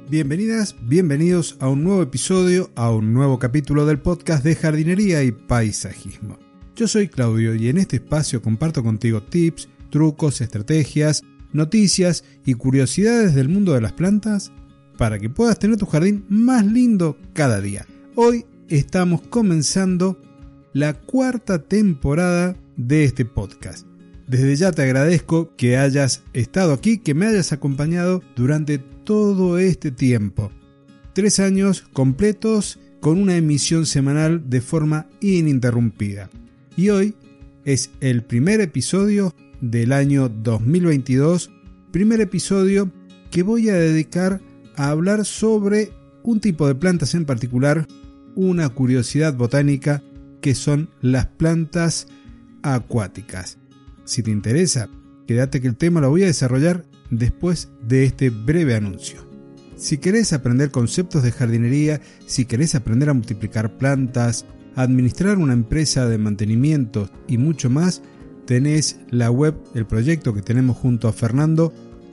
Bienvenidas, bienvenidos a un nuevo episodio, a un nuevo capítulo del podcast de jardinería y paisajismo. Yo soy Claudio y en este espacio comparto contigo tips, trucos, estrategias, noticias y curiosidades del mundo de las plantas para que puedas tener tu jardín más lindo cada día. Hoy estamos comenzando la cuarta temporada de este podcast. Desde ya te agradezco que hayas estado aquí, que me hayas acompañado durante todo este tiempo. 3 años completos con una emisión semanal de forma ininterrumpida. Y hoy es el primer episodio del año 2022, primer episodio que voy a dedicar a hablar sobre un tipo de plantas en particular, una curiosidad botánica que son las plantas acuáticas. Si te interesa, quédate que el tema lo voy a desarrollar después de este breve anuncio. Si querés aprender conceptos de jardinería, si querés aprender a multiplicar plantas, a administrar una empresa de mantenimiento y mucho más, tenés la web, el proyecto que tenemos junto a Fernando,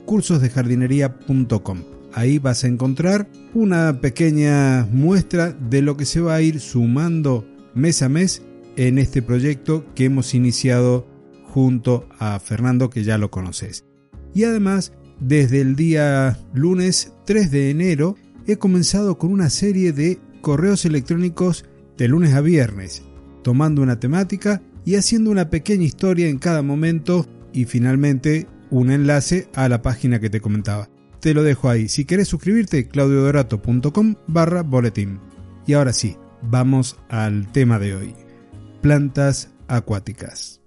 cursosdejardinería.com. Ahí vas a encontrar una pequeña muestra de lo que se va a ir sumando mes a mes en este proyecto que hemos iniciado junto a Fernando, que ya lo conoces. Y además, desde el día lunes 3 de enero, he comenzado con una serie de correos electrónicos de lunes a viernes, tomando una temática y haciendo una pequeña historia en cada momento y finalmente un enlace a la página que te comentaba. Te lo dejo ahí. Si querés suscribirte, claudiodorato.com/boletín. Y ahora sí, vamos al tema de hoy. Plantas acuáticas.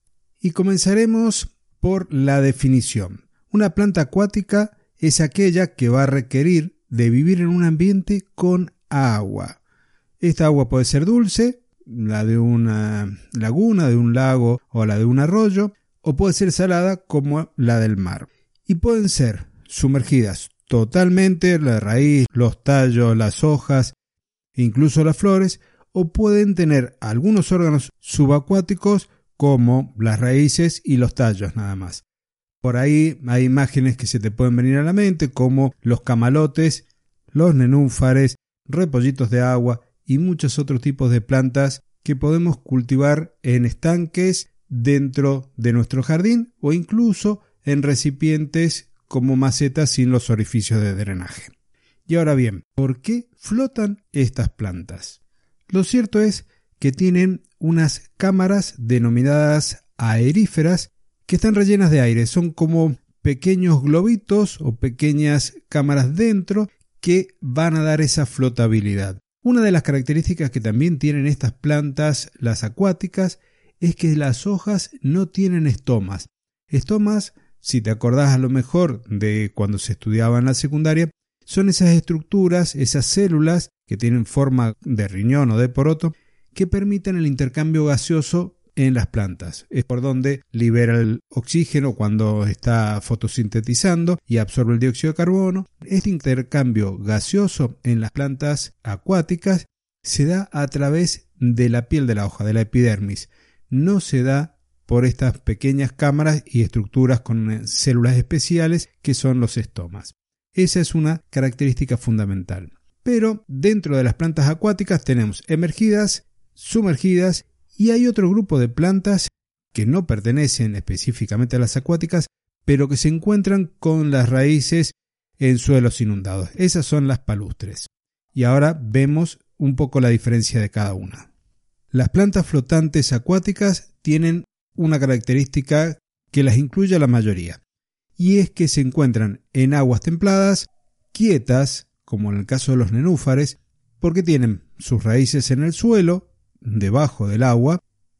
Y comenzaremos por la definición. Una planta acuática es aquella que va a requerir de vivir en un ambiente con agua. Esta agua puede ser dulce, la de una laguna, de un lago o la de un arroyo, o puede ser salada como la del mar. Y pueden ser sumergidas totalmente, la raíz, los tallos, las hojas, incluso las flores, o pueden tener algunos órganos subacuáticos como las raíces y los tallos nada más. Por ahí hay imágenes que se te pueden venir a la mente como los camalotes, los nenúfares, repollitos de agua y muchos otros tipos de plantas que podemos cultivar en estanques dentro de nuestro jardín o incluso en recipientes como macetas sin los orificios de drenaje. Y ahora bien, ¿por qué flotan estas plantas? Lo cierto es que tienen unas cámaras denominadas aeríferas que están rellenas de aire. Son como pequeños globitos o pequeñas cámaras dentro que van a dar esa flotabilidad. Una de las características que también tienen estas plantas, las acuáticas, es que las hojas no tienen estomas. Estomas, si te acordás a lo mejor de cuando se estudiaba en la secundaria, son esas estructuras, esas células que tienen forma de riñón o de poroto, que permiten el intercambio gaseoso en las plantas. Es por donde libera el oxígeno cuando está fotosintetizando y absorbe el dióxido de carbono. Este intercambio gaseoso en las plantas acuáticas se da a través de la piel de la hoja, de la epidermis. No se da por estas pequeñas cámaras y estructuras con células especiales que son los estomas. Esa es una característica fundamental. Pero dentro de las plantas acuáticas tenemos emergidas, sumergidas y hay otro grupo de plantas que no pertenecen específicamente a las acuáticas, pero que se encuentran con las raíces en suelos inundados. Esas son las palustres. Y ahora vemos un poco la diferencia de cada una. Las plantas flotantes acuáticas tienen una característica que las incluye a la mayoría, y es que se encuentran en aguas templadas, quietas, como en el caso de los nenúfares, porque tienen sus raíces en el suelo, debajo del agua,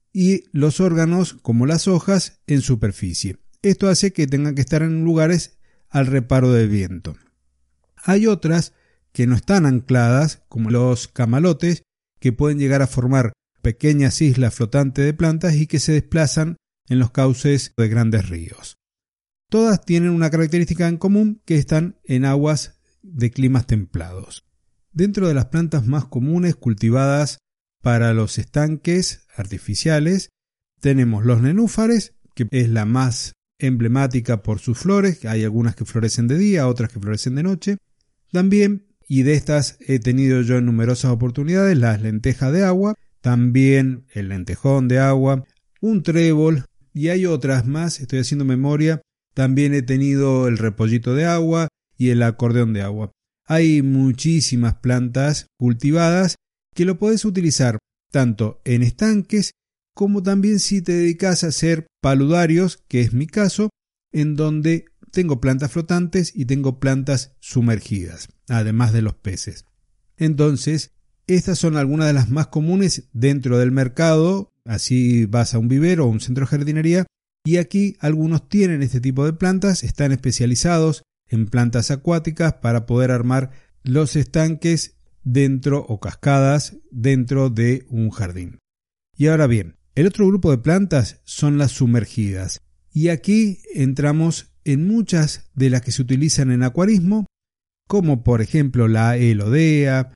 y los órganos, como las hojas, en superficie. Esto hace que tengan que estar en lugares al reparo del viento. Hay otras que no están ancladas, como los camalotes, que pueden llegar a formar pequeñas islas flotantes de plantas y que se desplazan en los cauces de grandes ríos. Todas tienen una característica en común, que están en aguas de climas templados. Dentro de las plantas más comunes cultivadas para los estanques artificiales tenemos los nenúfares, que es la más emblemática por sus flores. Hay algunas que florecen de día, otras que florecen de noche. También, y de estas he tenido yo en numerosas oportunidades, las lentejas de agua, también el lentejón de agua, un trébol y hay otras más, estoy haciendo memoria. También he tenido el repollito de agua y el acordeón de agua. Hay muchísimas plantas cultivadas que lo podés utilizar tanto en estanques como también si te dedicas a hacer paludarios, que es mi caso, en donde tengo plantas flotantes y tengo plantas sumergidas, además de los peces. Entonces, estas son algunas de las más comunes dentro del mercado. Así vas a un vivero o un centro de jardinería y aquí algunos tienen este tipo de plantas, están especializados en plantas acuáticas para poder armar los estanques dentro o cascadas dentro de un jardín. Y ahora bien, el otro grupo de plantas son las sumergidas y aquí entramos en muchas de las que se utilizan en acuarismo, como por ejemplo la elodea,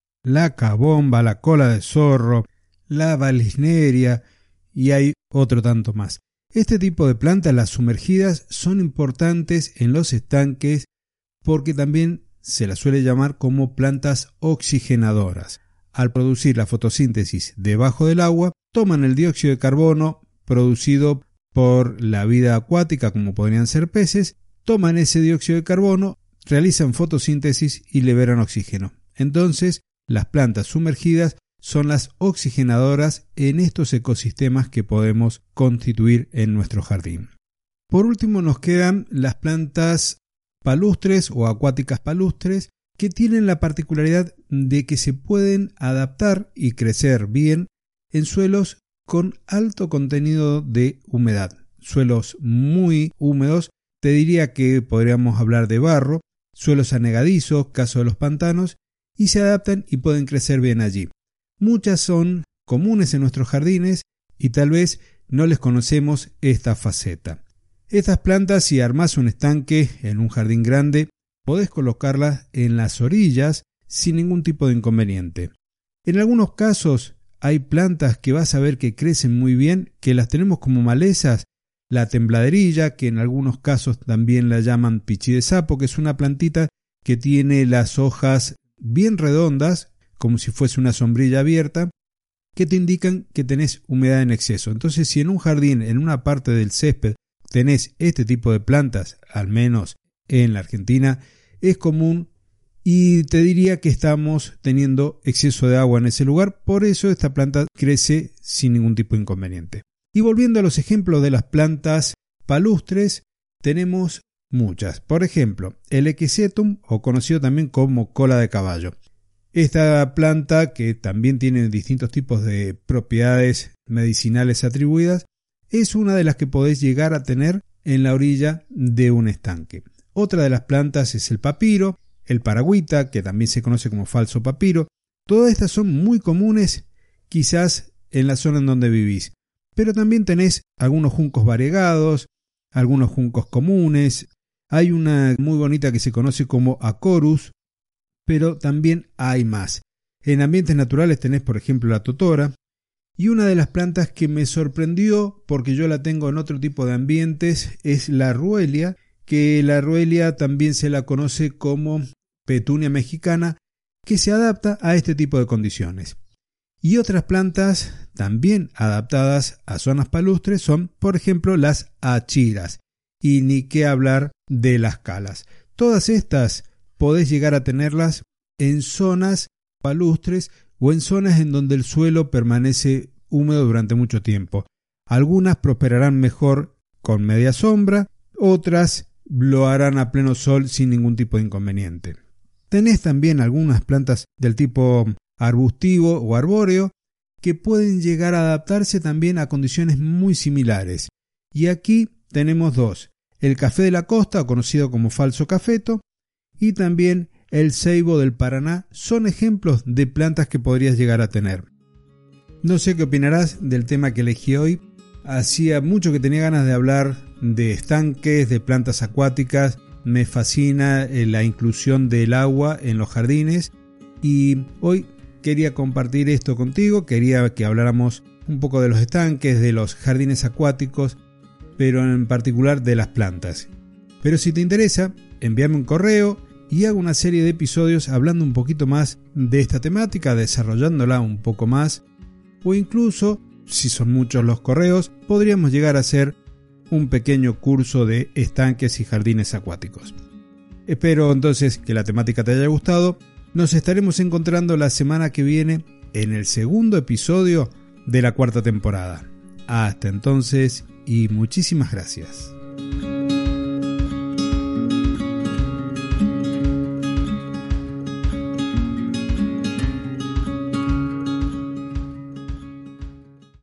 la cabomba, la cola de zorro, la valisneria y hay otro tanto más. Este tipo de plantas, las sumergidas, son importantes en los estanques porque también se las suele llamar como plantas oxigenadoras. Al producir la fotosíntesis debajo del agua, toman el dióxido de carbono producido por la vida acuática, como podrían ser peces, toman ese dióxido de carbono, realizan fotosíntesis y liberan oxígeno. Entonces, las plantas sumergidas son las oxigenadoras en estos ecosistemas que podemos constituir en nuestro jardín. Por último nos quedan las plantas palustres o acuáticas palustres que tienen la particularidad de que se pueden adaptar y crecer bien en suelos con alto contenido de humedad. Suelos muy húmedos, te diría que podríamos hablar de barro, suelos anegadizos, caso de los pantanos, y se adaptan y pueden crecer bien allí. Muchas son comunes en nuestros jardines y tal vez no les conocemos esta faceta. Estas plantas, si armás un estanque en un jardín grande, podés colocarlas en las orillas sin ningún tipo de inconveniente. En algunos casos hay plantas que vas a ver que crecen muy bien, que las tenemos como malezas, la tembladerilla, que en algunos casos también la llaman pichí de sapo, que es una plantita que tiene las hojas bien redondas, como si fuese una sombrilla abierta, que te indican que tenés humedad en exceso. Entonces, si en un jardín, en una parte del césped, tenés este tipo de plantas, al menos en la Argentina, es común y te diría que estamos teniendo exceso de agua en ese lugar, por eso esta planta crece sin ningún tipo de inconveniente. Y volviendo a los ejemplos de las plantas palustres, tenemos muchas. Por ejemplo, el Equisetum, o conocido también como cola de caballo. Esta planta, que también tiene distintos tipos de propiedades medicinales atribuidas, es una de las que podés llegar a tener en la orilla de un estanque. Otra de las plantas es el papiro, el paragüita, que también se conoce como falso papiro. Todas estas son muy comunes, quizás en la zona en donde vivís. Pero también tenés algunos juncos variegados, algunos juncos comunes. Hay una muy bonita que se conoce como Acorus, pero también hay más. En ambientes naturales tenés, por ejemplo, la totora. Y una de las plantas que me sorprendió, porque yo la tengo en otro tipo de ambientes, es la ruelia, que la ruelia también se la conoce como petunia mexicana, que se adapta a este tipo de condiciones. Y otras plantas también adaptadas a zonas palustres son, por ejemplo, las achiras, y ni qué hablar de las calas. Todas estas podés llegar a tenerlas en zonas palustres o en zonas en donde el suelo permanece húmedo durante mucho tiempo. Algunas prosperarán mejor con media sombra, otras lo harán a pleno sol sin ningún tipo de inconveniente. Tenés también algunas plantas del tipo arbustivo o arbóreo que pueden llegar a adaptarse también a condiciones muy similares. Y aquí tenemos dos: el café de la costa, conocido como falso cafeto, y también el ceibo del Paraná. Son ejemplos de plantas que podrías llegar a tener. No sé qué opinarás del tema que elegí hoy. Hacía mucho que tenía ganas de hablar de estanques, de plantas acuáticas. Me fascina la inclusión del agua en los jardines y hoy quería compartir esto contigo. Quería que habláramos un poco de los estanques, de los jardines acuáticos, pero en particular de las plantas. Pero si te interesa, envíame un correo y hago una serie de episodios hablando un poquito más de esta temática, desarrollándola un poco más, o incluso, si son muchos los correos, podríamos llegar a hacer un pequeño curso de estanques y jardines acuáticos. Espero entonces que la temática te haya gustado. Nos estaremos encontrando la semana que viene en el segundo episodio de la 4ª temporada. Hasta entonces y muchísimas gracias.